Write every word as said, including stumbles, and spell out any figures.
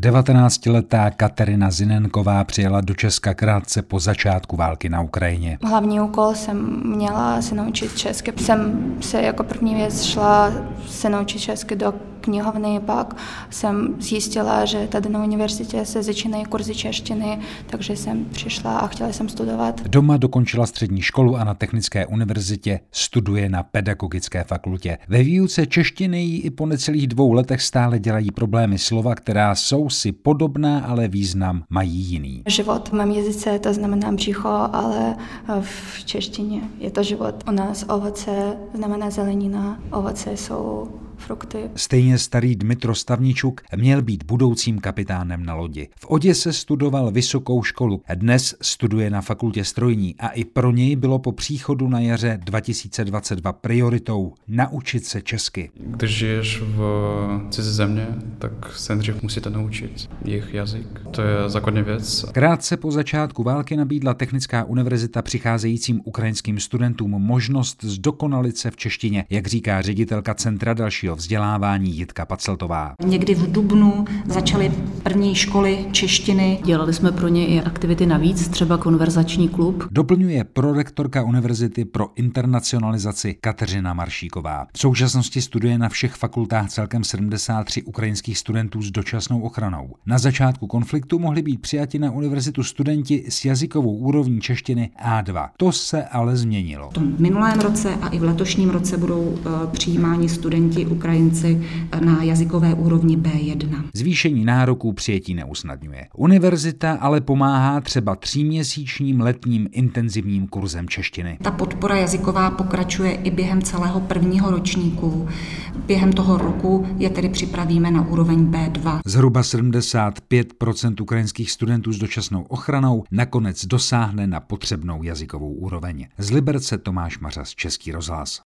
devatenáctiletá Kateřina Zinenková přijela do Česka krátce po začátku války na Ukrajině. Hlavní úkol jsem měla se naučit česky. Jsem se jako první věc šla se naučit česky do knihovny, pak jsem zjistila, že tady na univerzitě se začínají kurzy češtiny, takže jsem přišla a chtěla jsem studovat. Doma dokončila střední školu a na Technické univerzitě studuje na Pedagogické fakultě. Ve výuce češtiny jí i po necelých dvou letech stále dělají problémy slova, která jsou si podobná, ale význam mají jiný. Život v mém jazyce to znamená břicho, ale v češtině je to život. U nás ovoce znamená zelenina, ovoce jsou frukty. Stejně starý Dmytro Stavničuk měl být budoucím kapitánem na lodi. V Oděse studoval vysokou školu, dnes studuje na fakultě strojní a i pro něj bylo po příchodu na jaře dva tisíce dvacet dva prioritou naučit se česky. Když žiješ v cizí země, tak se nejdřív musíte naučit jejich jazyk. To je základní věc. Krátce po začátku války nabídla Technická univerzita přicházejícím ukrajinským studentům možnost zdokonalit se v češtině, jak říká ředitelka Centra dalšího vzdělávání Jitka Paceltová. Někdy v dubnu začaly první školy češtiny. Dělali jsme pro ně i aktivity navíc, třeba konverzační klub. Doplňuje prorektorka Univerzity pro internacionalizaci Kateřina Maršíková. V současnosti studuje na všech fakultách celkem sedmdesát tři ukrajinských studentů s dočasnou ochranou. Na začátku konfliktu mohli být přijati na univerzitu studenti s jazykovou úrovní češtiny á dva. To se ale změnilo. V minulém roce a i v letošním roce budou přijímáni studenti Ukrajinci na jazykové úrovni bé jedna. Zvýšení nároků přijetí neusnadňuje. Univerzita ale pomáhá třeba tříměsíčním letním intenzivním kurzem češtiny. Ta podpora jazyková pokračuje i během celého prvního ročníku. Během toho roku je tedy připravíme na úroveň bé dva. Zhruba sedmdesát pět procent ukrajinských studentů s dočasnou ochranou nakonec dosáhne na potřebnou jazykovou úroveň. Z Liberce Tomáš Mařas, Český rozhlas.